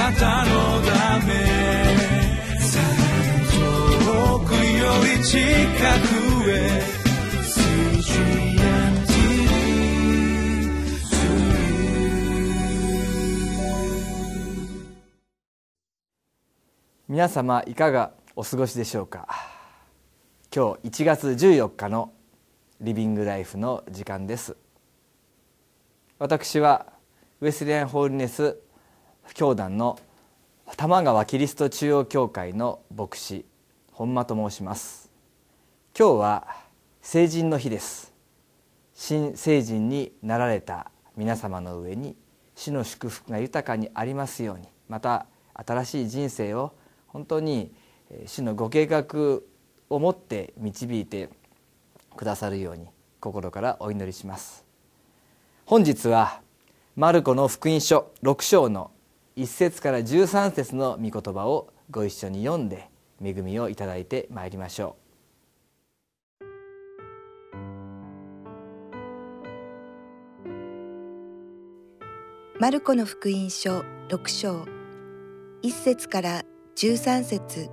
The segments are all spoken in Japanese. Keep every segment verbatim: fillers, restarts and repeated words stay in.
なたのため遠くより近くへ皆様いかがお過ごしでしょうか。今日いちがつじゅうよっかのリビングライフの時間です。私はウェスレアンホールネス教団の多摩川キリスト中央教会の牧師本間と申します。今日は成人の日です。新成人になられた皆様の上に主の祝福が豊かにありますように、また新しい人生を本当に主のご計画をもって導いてくださるように心からお祈りします。本日はマルコの福音書ろく章のいっ節からじゅうさん節の御言葉をご一緒に読んで恵みをいただいてまいりましょう。マルコの福音書ろく章いっ節からじゅうさん節。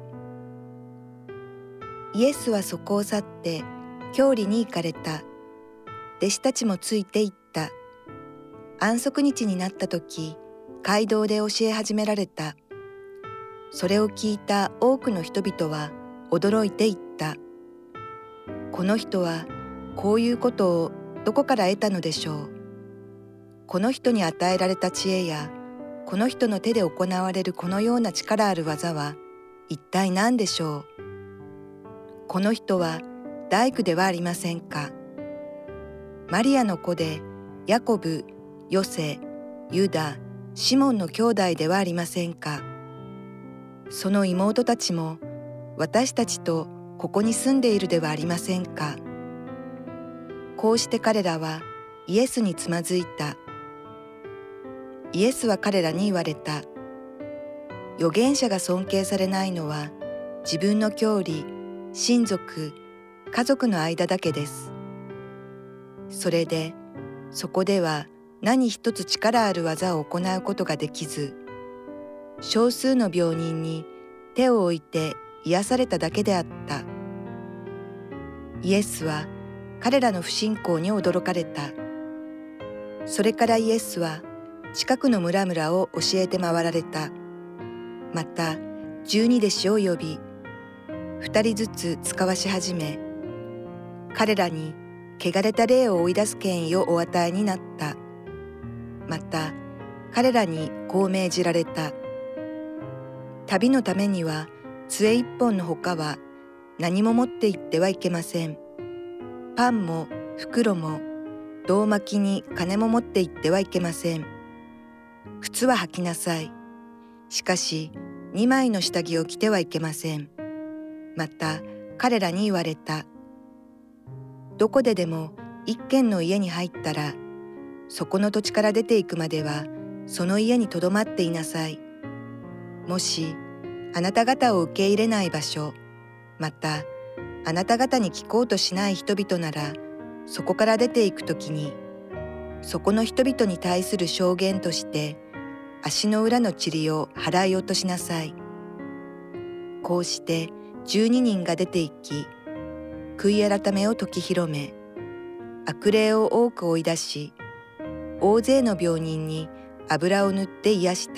イエスはそこを去って郷里に行かれた。弟子たちもついて行った。安息日になった時、街道で教え始められた。それを聞いた多くの人々は驚いていった。この人はこういうことをどこから得たのでしょう。この人に与えられた知恵やこの人の手で行われるこのような力ある技は一体何でしょう。この人は大工ではありませんか。マリアの子でヤコブ、ヨセ、ユダ、シモンの兄弟ではありませんか。その妹たちも私たちとここに住んでいるではありませんか。こうして彼らはイエスにつまずいた。イエスは彼らに言われた。預言者が尊敬されないのは自分の郷里、親族、家族の間だけです。それでそこでは何一つ力ある技を行うことができず、少数の病人に手を置いて癒されただけであった。イエスは彼らの不信仰に驚かれた。それからイエスは近くの村々を教えて回られた。また十二弟子を呼び、二人ずつ使わし始め、彼らに汚れた霊を追い出す権威をお与えになった。また彼らにこう命じられた。旅のためには杖一本のほかは何も持って行ってはいけません。パンも袋も胴巻きに金も持って行ってはいけません。靴は履きなさい。しかし二枚の下着を着てはいけません。また彼らに言われた。どこででも一軒の家に入ったら、そこの土地から出ていくまではその家にとどまっていなさい。もしあなた方を受け入れない場所、またあなた方に聞こうとしない人々なら、そこから出ていくときに、そこの人々に対する証言として足の裏の塵を払い落としなさい。こうして十二人が出て行き、悔い改めを説き広め、悪霊を多く追い出し、大勢の病人に油を塗って癒した。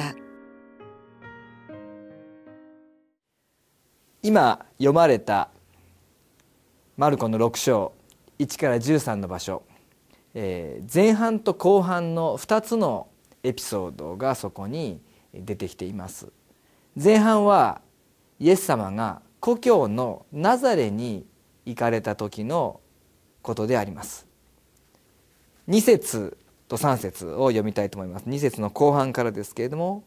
今読まれたマルコのろく章いちからじゅうさんの場所、えー、前半と後半のふたつのエピソードがそこに出てきています。前半はイエス様が故郷のナザレに行かれた時のことであります。に節とさん節を読みたいと思います。に節の後半からですけれども、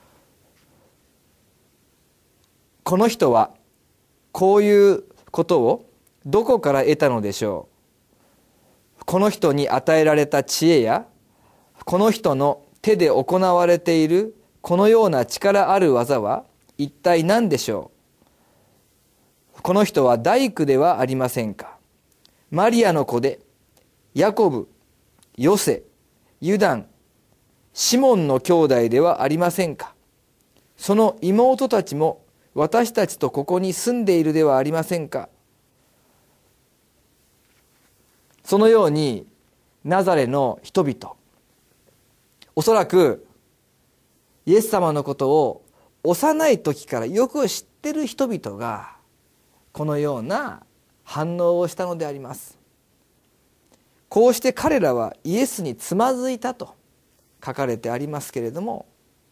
この人はこういうことをどこから得たのでしょう。この人に与えられた知恵やこの人の手で行われているこのような力ある技は一体何でしょう。この人は大工ではありませんか。マリアの子でヤコブ、ヨセ、ユダン、シモンの兄弟ではありませんか。 その妹たちも私たちとここに住んでいるではありませんか。そのようにナザレの人々、おそらくイエス様のことを幼い時からよく知っている人々がこのような反応をしたのであります。こうして彼らはイエスにつまずいたと書かれてありますけれども、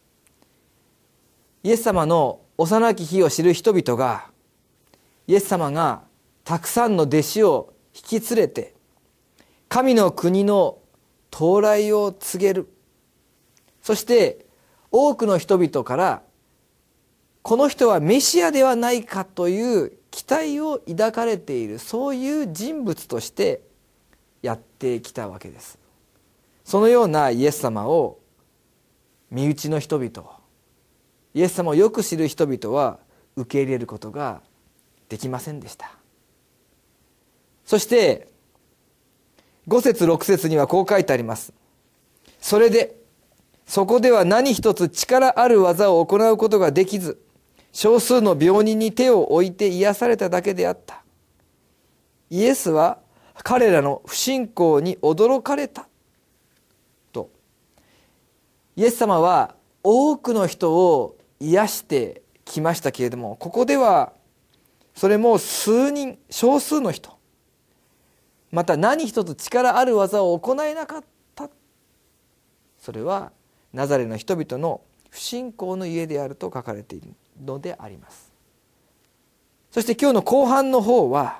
イエス様の幼き日を知る人々がイエス様がたくさんの弟子を引き連れて神の国の到来を告げる、そして多くの人々からこの人はメシアではないかという期待を抱かれている、そういう人物としてやってきたわけです。そのようなイエス様を身内の人々、イエス様をよく知る人々は受け入れることができませんでした。そしてご節ろく節にはこう書いてあります。それでそこでは何一つ力ある技を行うことができず、少数の病人に手を置いて癒されただけであった。イエスは彼らの不信仰に驚かれたと。イエス様は多くの人を癒してきましたけれども、ここではそれも数人、少数の人、また何一つ力ある技を行えなかった。それはナザレの人々の不信仰の家であると書かれているのであります。そして今日の後半の方は、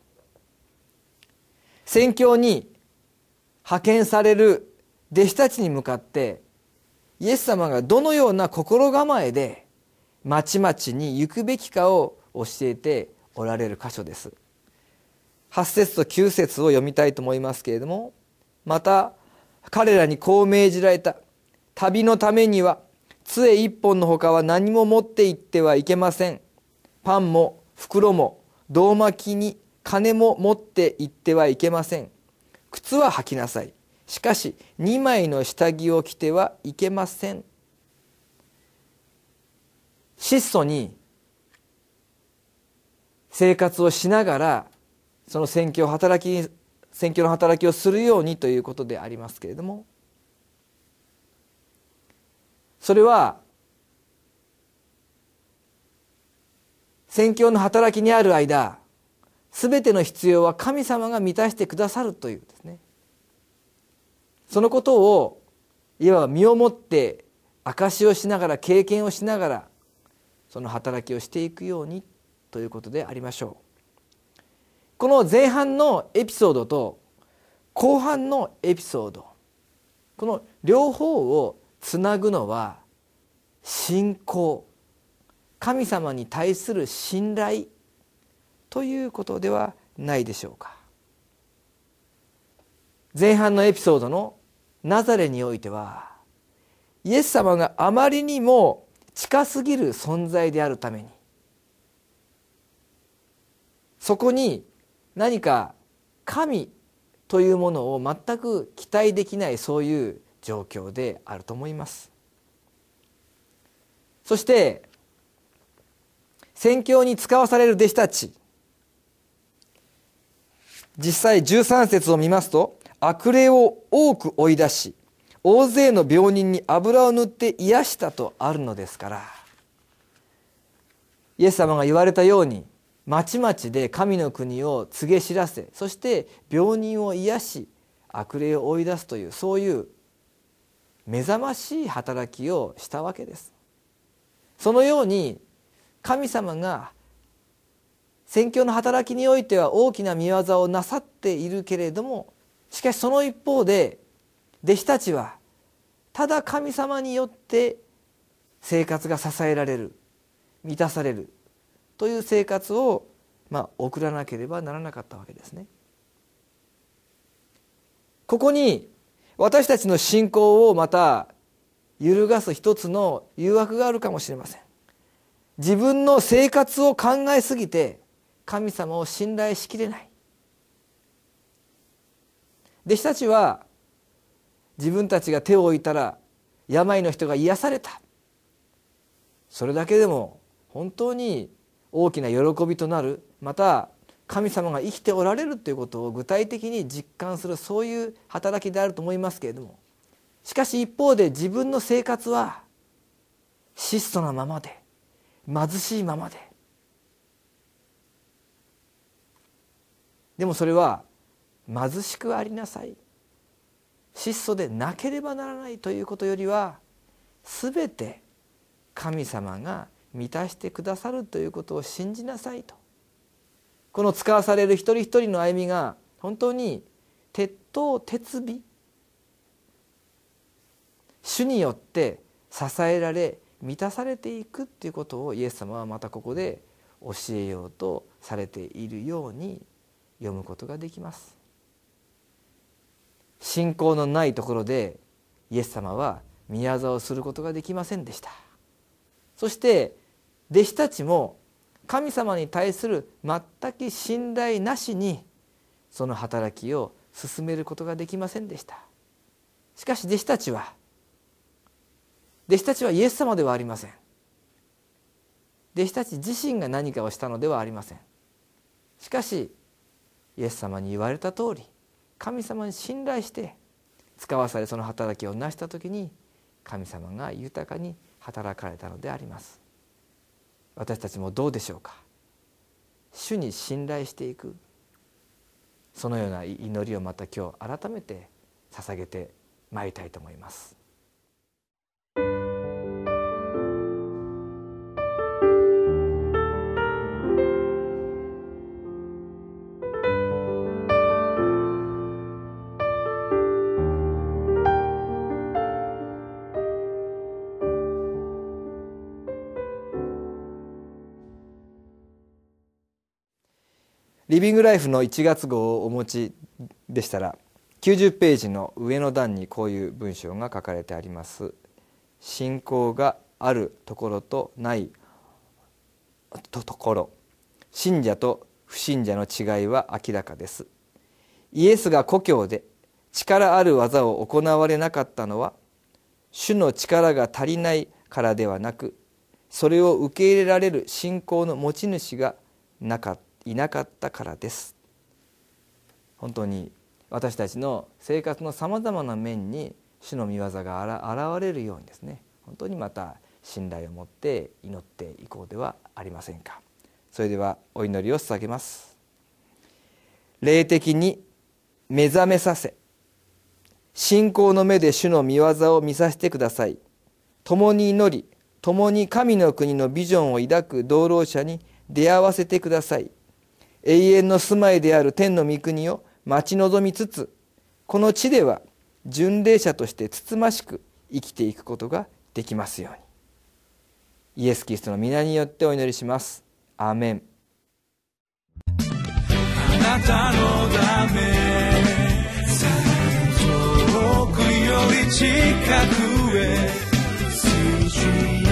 宣教に派遣される弟子たちに向かってイエス様がどのような心構えで町々に行くべきかを教えておられる箇所です。はち節ときゅう節を読みたいと思いますけれども、また彼らにこう命じられた。旅のためには杖一本のほかは何も持って行ってはいけません。パンも袋も胴巻きに金も持って行ってはいけません。靴は履きなさい。しかしにまいの下着を着てはいけません。質素に生活をしながらその宣教働き宣教の働きをするようにということでありますけれども、それは宣教の働きにある間、すべての必要は神様が満たしてくださるというですね、そのことをいわば身をもって証しをしながら、経験をしながらその働きをしていくようにということでありましょう。この前半のエピソードと後半のエピソード、この両方をつなぐのは信仰、神様に対する信頼ということではないでしょうか。前半のエピソードのナザレにおいては、イエス様があまりにも近すぎる存在であるために、そこに何か神というものを全く期待できない、そういう状況であると思います。そして宣教に使わされる弟子たち、実際じゅうさん節を見ますと、悪霊を多く追い出し大勢の病人に油を塗って癒したとあるのですから、イエス様が言われたように町々で神の国を告げ知らせ、そして病人を癒し悪霊を追い出すという、そういう目覚ましい働きをしたわけです。そのように神様が宣教の働きにおいては大きな見業をなさっているけれども、しかしその一方で弟子たちはただ神様によって生活が支えられる、満たされるという生活をまあ送らなければならなかったわけですね。ここに私たちの信仰をまた揺るがす一つの誘惑があるかもしれません。自分の生活を考えすぎて神様を信頼しきれない。弟子たちは自分たちが手を置いたら病の人が癒された、 それだけでも本当に大きな喜びとなる、また神様が生きておられるということを具体的に実感する、そういう働きであると思いますけれども、しかし一方で自分の生活は質素なままで、貧しいままで、でもそれは貧しくありなさい、質素でなければならないということよりは、すべて神様が満たしてくださるということを信じなさいと。この使わされる一人一人の歩みが本当に鉄頭鉄尾、主によって支えられ満たされていくということをイエス様はまたここで教えようとされているように読むことができます。信仰のないところでイエス様は宮業をすることができませんでした。そして弟子たちも神様に対する全く信頼なしにその働きを進めることができませんでした。しかし弟子たちは弟子たちはイエス様ではありません。弟子たち自身が何かをしたのではありません。しかしイエス様に言われた通り、神様に信頼して使わされその働きを成したときに、神様が豊かに働かれたのであります。私たちもどうでしょうか。主に信頼していく、そのような祈りをまた今日改めて捧げてまいりたいと思います。リビングライフのいちがつ号をお持ちでしたら、きゅうじゅうページの上の段にこういう文章が書かれてあります。信仰があるところとないところ、信者と不信者の違いは明らかです。イエスが故郷で力ある技を行われなかったのは、主の力が足りないからではなく、それを受け入れられる信仰の持ち主がなかったいなかったからです。本当に私たちの生活のさまざまな面に主の御業が現れるようにですね、本当にまた信頼を持って祈っていこうではありませんか。それではお祈りを捧げます。霊的に目覚めさせ、信仰の目で主の御業を見させてください。共に祈り、共に神の国のビジョンを抱く同労者に出会わせてください。永遠の住まいである天の御国を待ち望みつつ、この地では巡礼者としてつつましく生きていくことができますように。イエス・キリストの皆によってお祈りします。アーメン。 あなたのため、遠くより近くへ